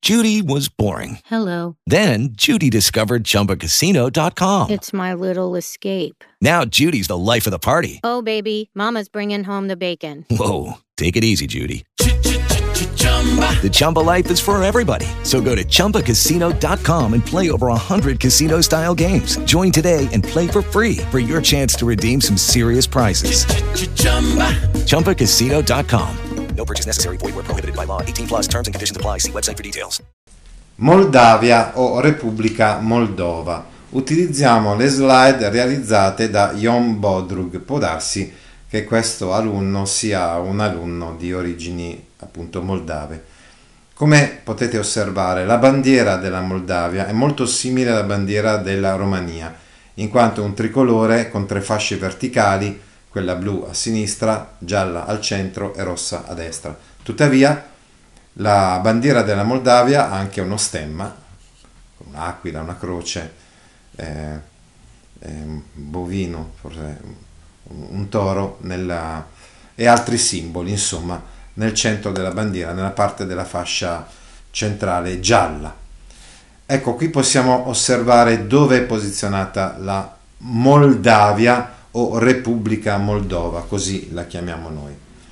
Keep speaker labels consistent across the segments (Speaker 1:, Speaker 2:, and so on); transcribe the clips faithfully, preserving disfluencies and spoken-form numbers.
Speaker 1: Judy was boring.
Speaker 2: Hello.
Speaker 1: Then Judy discovered Chumba Casino dot com.
Speaker 2: It's my little escape.
Speaker 1: Now Judy's the life of the party.
Speaker 2: Oh, baby, mama's bringing home the bacon.
Speaker 1: Whoa, take it easy, Judy. The Chumba life is for everybody. So go to Chumba Casino dot com and play over one hundred casino-style games. Join today and play for free for your chance to redeem some serious prizes. Chumba Casino dot com. No purchase necessary. Void where prohibited by law. eighteen plus terms and conditions apply. See website for details.
Speaker 3: Moldavia o Repubblica Moldova. Utilizziamo le slide realizzate da Jon Bodrug. Può darsi che questo alunno sia un alunno di origini appunto moldave. Come potete osservare, la bandiera della Moldavia è molto simile alla bandiera della Romania, in quanto è un tricolore con tre fasce verticali, quella blu a sinistra, gialla al centro e rossa a destra. Tuttavia, la bandiera della Moldavia ha anche uno stemma, un'aquila, una croce, eh, eh, un bovino, forse un toro nella, e altri simboli, insomma, nel centro della bandiera, nella parte della fascia centrale gialla. Ecco, qui possiamo osservare dove è posizionata la Moldavia o Repubblica Moldova, così la chiamiamo noi.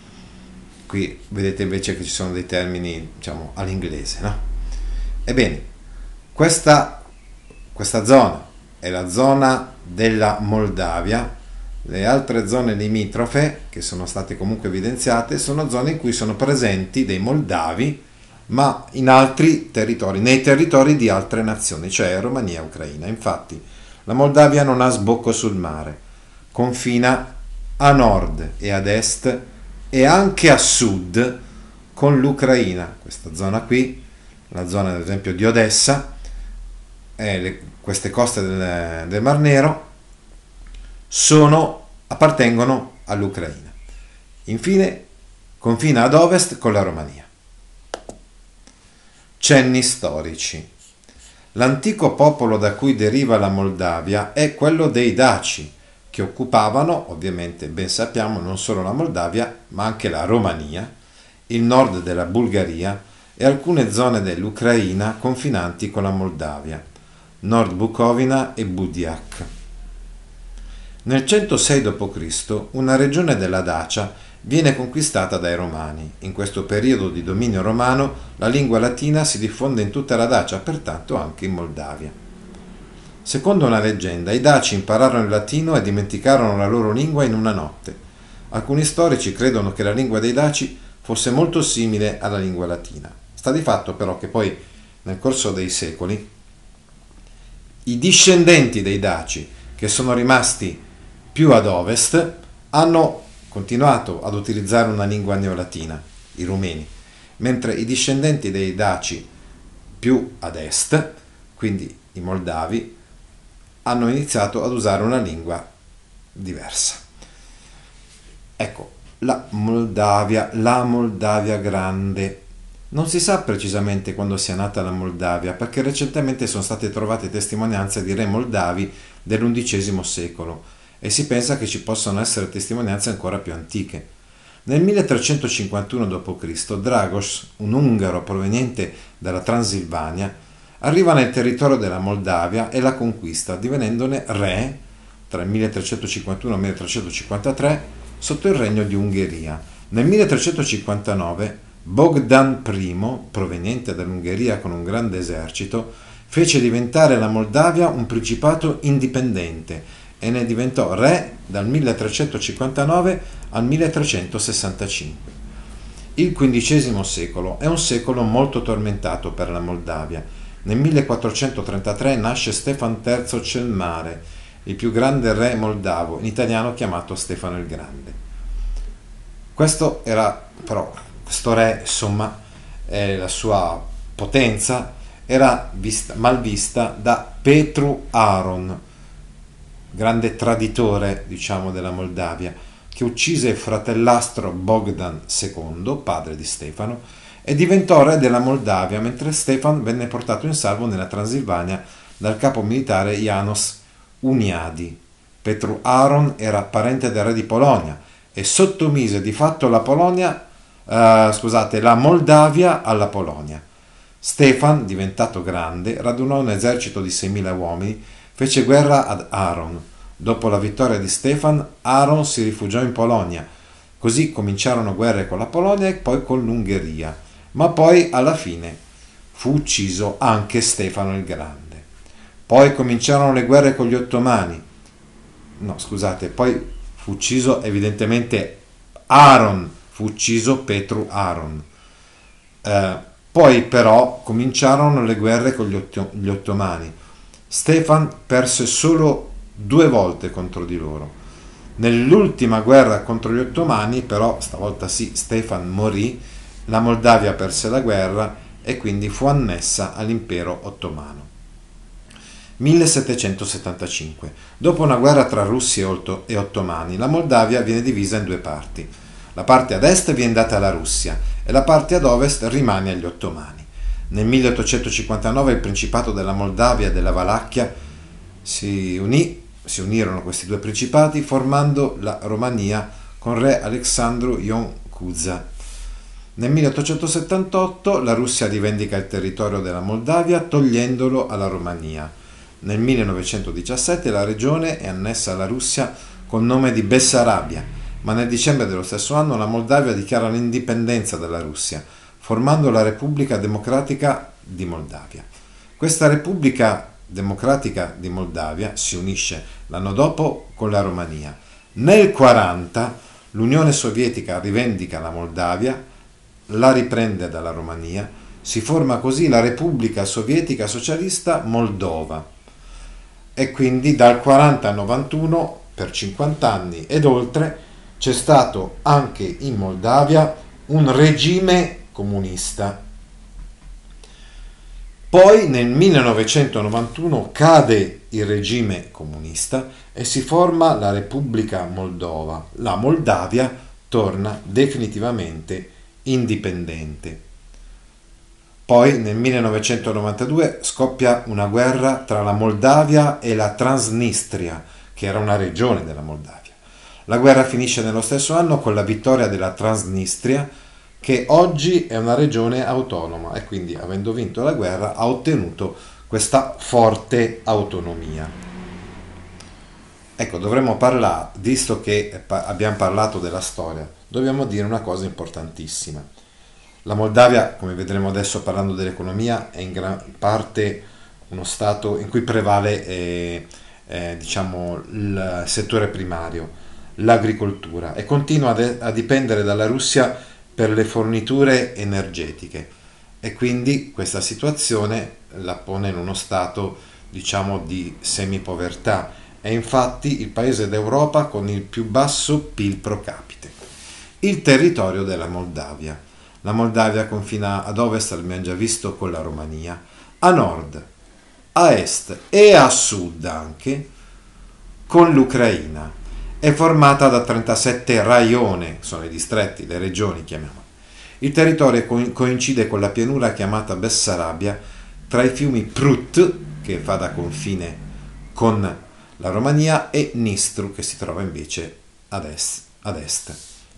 Speaker 3: Qui vedete invece che ci sono dei termini, diciamo, all'inglese, no? Ebbene, questa, questa zona è la zona della Moldavia. Le altre zone limitrofe, che sono state comunque evidenziate, sono zone in cui sono presenti dei moldavi, ma in altri territori, nei territori di altre nazioni, cioè Romania e Ucraina. Infatti, la Moldavia non ha sbocco sul mare, confina a nord e ad est e anche a sud con l'Ucraina. Questa zona qui, la zona ad esempio di Odessa, e le, queste coste del, del Mar Nero, sono, appartengono all'Ucraina. Infine confina ad ovest con la Romania. Cenni storici. L'antico popolo da cui deriva la Moldavia è quello dei Daci, che occupavano, ovviamente ben sappiamo, non solo la Moldavia, ma anche la Romania, il nord della Bulgaria e alcune zone dell'Ucraina confinanti con la Moldavia, Nord Bucovina e Budiak. Nel centosei dopo Cristo una regione della Dacia viene conquistata dai Romani. In questo periodo di dominio romano la lingua latina si diffonde in tutta la Dacia, pertanto anche in Moldavia. Secondo una leggenda, i Daci impararono il latino e dimenticarono la loro lingua in una notte. Alcuni storici credono che la lingua dei Daci fosse molto simile alla lingua latina. Sta di fatto però che poi, nel corso dei secoli, i discendenti dei Daci, che sono rimasti più ad ovest, hanno continuato ad utilizzare una lingua neolatina, i rumeni, mentre i discendenti dei Daci più ad est, quindi i moldavi, hanno iniziato ad usare una lingua diversa. Ecco, la Moldavia, la Moldavia grande. Non si sa precisamente quando sia nata la Moldavia, perché recentemente sono state trovate testimonianze di re moldavi dell'undicesimo secolo e si pensa che ci possano essere testimonianze ancora più antiche. Nel milletrecentocinquantuno dopo Cristo Dragos, un ungaro proveniente dalla Transilvania, arriva nel territorio della Moldavia e la conquista, divenendone re tra il milletrecentocinquantuno e il milletrecentocinquantatré sotto il regno di Ungheria. Nel milletrecentocinquantanove Bogdan I, proveniente dall'Ungheria con un grande esercito, fece diventare la Moldavia un principato indipendente e ne diventò re dal milletrecentocinquantanove al milletrecentosessantacinque. Il quindicesimo secolo è un secolo molto tormentato per la Moldavia. Nel millequattrocentotrentatré nasce Stefano terzo Celmare, il più grande re moldavo, in italiano chiamato Stefano il Grande. Questo era però, questo re, insomma, eh, la sua potenza era vista, mal vista da Petru Aron, grande traditore, diciamo, della Moldavia, che uccise il fratellastro Bogdan secondo, padre di Stefano, e diventò re della Moldavia, mentre Stefan venne portato in salvo nella Transilvania dal capo militare János Hunyadi. Petru Aron era parente del re di Polonia e sottomise di fatto la Polonia, eh, scusate, la Moldavia alla Polonia. Stefan, diventato grande, radunò un esercito di seimila uomini, fece guerra ad Aron. Dopo la vittoria di Stefan, Aron si rifugiò in Polonia. Così cominciarono guerre con la Polonia e poi con l'Ungheria. Ma poi, alla fine, fu ucciso anche Stefano il Grande. Poi cominciarono le guerre con gli ottomani. No, scusate, poi fu ucciso evidentemente Aron, fu ucciso Petru Aron. Eh, poi però cominciarono le guerre con gli, otto- gli ottomani. Stefan perse solo due volte contro di loro. Nell'ultima guerra contro gli ottomani, però, stavolta sì, Stefan morì, la Moldavia perse la guerra e quindi fu annessa all'impero ottomano. millesettecentosettantacinque. Dopo una guerra tra russi e ottomani, la Moldavia viene divisa in due parti. La parte ad est viene data alla Russia e la parte ad ovest rimane agli ottomani. Nel milleottocentocinquantanove il Principato della Moldavia e della Valacchia si unì, si unirono questi due principati formando la Romania con re Alexandru Ion Cuza. Nel milleottocentosettantotto la Russia rivendica il territorio della Moldavia togliendolo alla Romania. Nel millenovecentodiciassette la regione è annessa alla Russia col nome di Bessarabia, ma nel dicembre dello stesso anno la Moldavia dichiara l'indipendenza dalla Russia, formando la Repubblica Democratica di Moldavia. Questa Repubblica Democratica di Moldavia si unisce l'anno dopo con la Romania. Nel quaranta l'Unione Sovietica rivendica la Moldavia, la riprende dalla Romania, si forma così la Repubblica Sovietica Socialista Moldova e quindi dal quaranta al novantuno, per cinquanta anni ed oltre, c'è stato anche in Moldavia un regime comunista. Poi nel millenovecentonovantuno cade il regime comunista e si forma la Repubblica Moldova. La Moldavia torna definitivamente indipendente. Poi nel millenovecentonovantadue scoppia una guerra tra la Moldavia e la Transnistria, che era una regione della Moldavia. La guerra finisce nello stesso anno con la vittoria della Transnistria, che oggi è una regione autonoma e quindi, avendo vinto la guerra, ha ottenuto questa forte autonomia. Ecco, dovremmo parlare, visto che abbiamo parlato della storia, dobbiamo dire una cosa importantissima. La Moldavia, come vedremo adesso parlando dell'economia, è in gran parte uno stato in cui prevale eh, eh, diciamo, il settore primario, l'agricoltura, e continua a dipendere dalla Russia per le forniture energetiche, e quindi questa situazione la pone in uno stato, diciamo, di semipovertà. È infatti il paese d'Europa con il più basso P I L pro capite. Il territorio della Moldavia. La Moldavia confina ad ovest, abbiamo già visto, con la Romania, a nord, a est e a sud anche con l'Ucraina. È formata da trentasette raione, sono i distretti, le regioni chiamiamo. Il territorio coincide con la pianura chiamata Bessarabia tra i fiumi Prut, che fa da confine con la Romania, e Nistru, che si trova invece ad est. Ad est.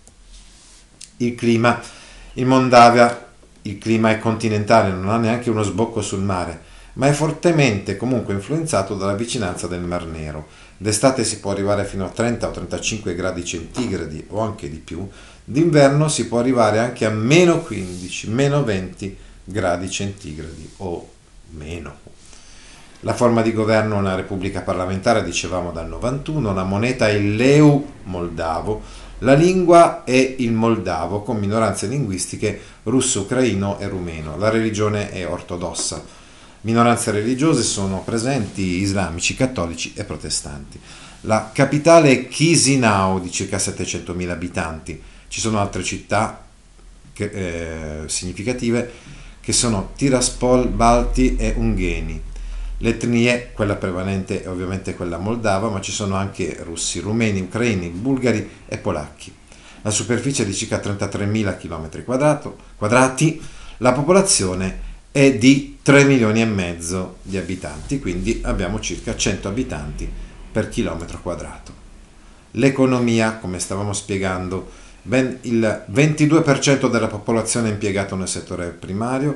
Speaker 3: Il clima. In Moldavia il clima è continentale, non ha neanche uno sbocco sul mare, ma è fortemente comunque influenzato dalla vicinanza del Mar Nero. D'estate si può arrivare fino a trenta o trentacinque gradi centigradi o anche di più, d'inverno si può arrivare anche a meno quindici, meno venti gradi centigradi o meno. La forma di governo è una repubblica parlamentare, dicevamo, dal novantuno, la moneta è il leu moldavo, la lingua è il moldavo con minoranze linguistiche russo, ucraino e rumeno, la religione è ortodossa. Minoranze religiose sono presenti islamici, cattolici e protestanti. La capitale è Chisinau, di circa settecentomila abitanti. Ci sono altre città che, eh, significative che sono Tiraspol, Balti e Ungheni. L'etnia, quella prevalente è ovviamente quella moldava, ma ci sono anche russi, rumeni, ucraini, bulgari e polacchi. La superficie è di circa trentatremila chilometri quadrati, la popolazione è di tre milioni e mezzo di abitanti, quindi abbiamo circa cento abitanti per chilometro quadrato. L'economia, come stavamo spiegando, ben il ventidue per cento della popolazione è impiegato nel settore primario,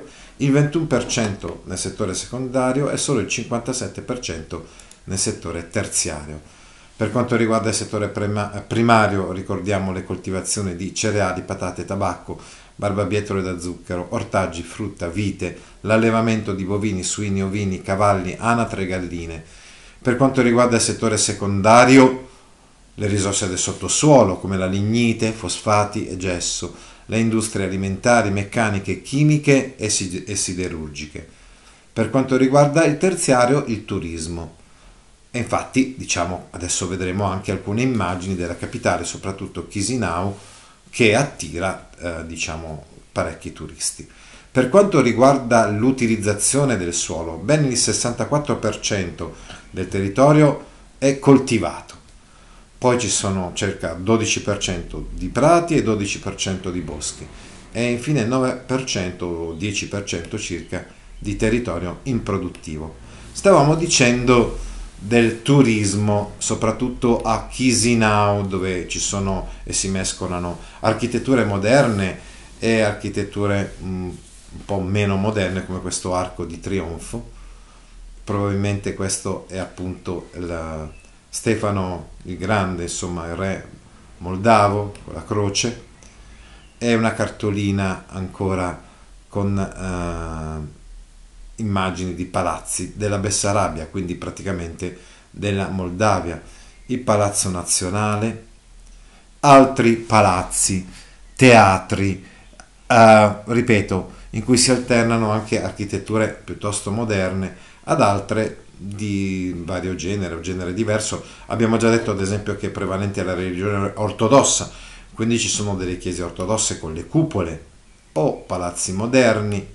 Speaker 3: il ventuno per cento nel settore secondario e solo il cinquantasette per cento nel settore terziario. Per quanto riguarda il settore primario, ricordiamo le coltivazioni di cereali, patate, tabacco, barbabietole da zucchero, ortaggi, frutta, vite, l'allevamento di bovini, suini, ovini, cavalli, anatre e galline. Per quanto riguarda il settore secondario, le risorse del sottosuolo come la lignite, fosfati e gesso, le industrie alimentari, meccaniche, chimiche e siderurgiche. Per quanto riguarda il terziario, il turismo. E infatti, diciamo, adesso vedremo anche alcune immagini della capitale, soprattutto Chisinau, che attira, eh, diciamo, parecchi turisti. Per quanto riguarda l'utilizzazione del suolo, ben il sessantaquattro per cento del territorio è coltivato. Poi ci sono circa dodici per cento di prati e dodici per cento di boschi e infine nove per cento o dieci per cento circa di territorio improduttivo. Stavamo dicendo del turismo, soprattutto a Chisinau, dove ci sono e si mescolano architetture moderne e architetture mh, un po' meno moderne, come questo arco di trionfo. Probabilmente questo è appunto il Stefano il Grande, insomma il re moldavo con la croce. È una cartolina ancora con eh, immagini di palazzi della Bessarabia, quindi praticamente della Moldavia, il Palazzo Nazionale, altri palazzi, teatri, eh, ripeto, in cui si alternano anche architetture piuttosto moderne ad altre di vario genere o genere diverso. Abbiamo già detto ad esempio che è prevalente la religione ortodossa, quindi ci sono delle chiese ortodosse con le cupole o palazzi moderni,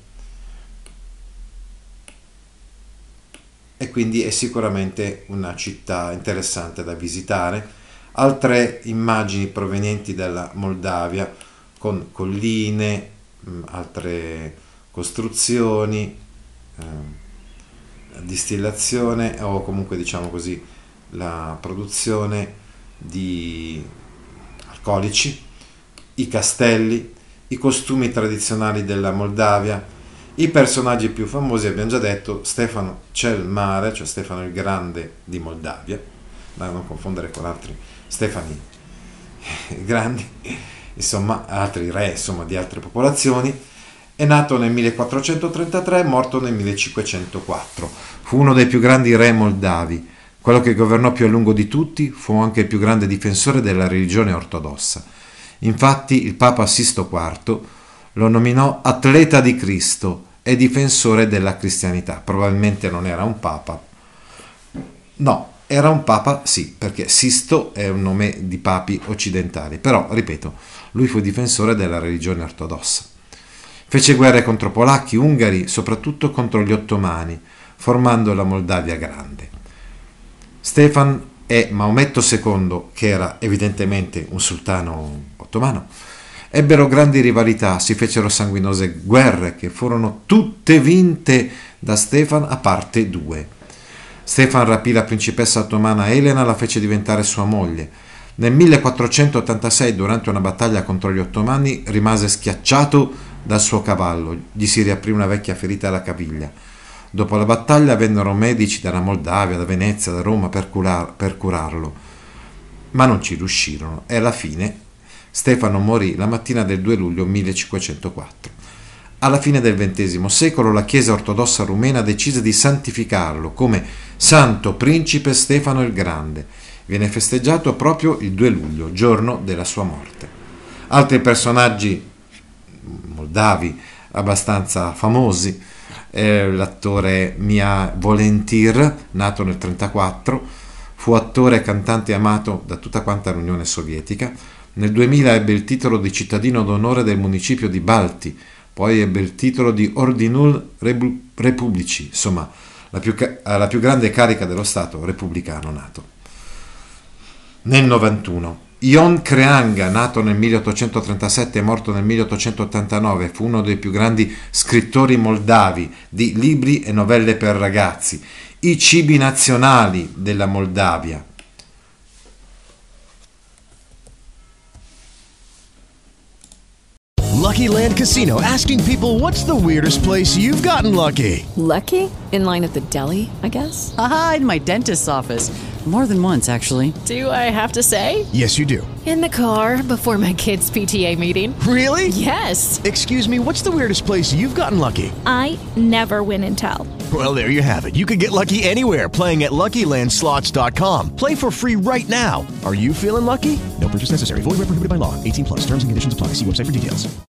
Speaker 3: e quindi è sicuramente una città interessante da visitare. Altre immagini provenienti dalla Moldavia con colline, altre costruzioni, eh, distillazione o comunque diciamo così la produzione di alcolici, i castelli, i costumi tradizionali della Moldavia. I personaggi più famosi abbiamo già detto: Stefano Cel Mare, cioè Stefano il Grande di Moldavia, da non confondere con altri Stefani grandi, insomma altri re insomma, di altre popolazioni. È nato nel millequattrocentotrentatré, morto nel millecinquecentoquattro. Fu uno dei più grandi re moldavi. Quello che governò più a lungo di tutti, fu anche il più grande difensore della religione ortodossa. Infatti il Papa Sisto quarto lo nominò atleta di Cristo e difensore della cristianità. Probabilmente non era un papa. No, era un papa, sì, perché Sisto è un nome di papi occidentali. Però, ripeto, lui fu difensore della religione ortodossa. Fece guerre contro polacchi, ungari, soprattutto contro gli ottomani, formando la Moldavia Grande. Stefan e Maometto secondo, che era evidentemente un sultano ottomano, ebbero grandi rivalità, si fecero sanguinose guerre che furono tutte vinte da Stefan a parte due. Stefan rapì la principessa ottomana Elena e la fece diventare sua moglie. Nel millequattrocentottantasei, durante una battaglia contro gli ottomani, rimase schiacciato dal suo cavallo, gli si riaprì una vecchia ferita alla caviglia. Dopo la battaglia vennero medici dalla Moldavia, da Venezia, da Roma per, curar- per curarlo, ma non ci riuscirono e alla fine Stefano morì la mattina del due luglio millecinquecentoquattro. Alla fine del ventesimo secolo la Chiesa ortodossa rumena decise di santificarlo come Santo Principe Stefano il Grande. Viene festeggiato proprio il due luglio, giorno della sua morte. Altri personaggi moldavi abbastanza famosi, eh, l'attore Mia Volentir, nato nel trentaquattro, fu attore e cantante amato da tutta quanta l'Unione Sovietica. Nel duemila ebbe il titolo di cittadino d'onore del municipio di Balti, poi ebbe il titolo di Ordinul Republici, insomma la più, la più grande carica dello Stato repubblicano nato. Nel novantuno Ion Creanga, nato nel milleottocentotrentasette e morto nel milleottocentottantanove, fu uno dei più grandi scrittori moldavi di libri e novelle per ragazzi. I cibi nazionali della Moldavia.
Speaker 4: Lucky Land Casino, asking people, what's the weirdest place you've gotten lucky?
Speaker 5: Lucky? In line at the deli, I guess?
Speaker 6: Aha, in my dentist's office. More than once, actually.
Speaker 5: Do I have to say?
Speaker 4: Yes, you do.
Speaker 5: In the car before my kids' P T A meeting.
Speaker 4: Really?
Speaker 5: Yes.
Speaker 4: Excuse me, what's the weirdest place you've gotten lucky?
Speaker 7: I never win and tell.
Speaker 4: Well, there you have it. You can get lucky anywhere, playing at Lucky Land Slots dot com. Play for free right now. Are you feeling lucky? No purchase necessary. Void where prohibited by law. eighteen plus. Terms and conditions apply. See website for details.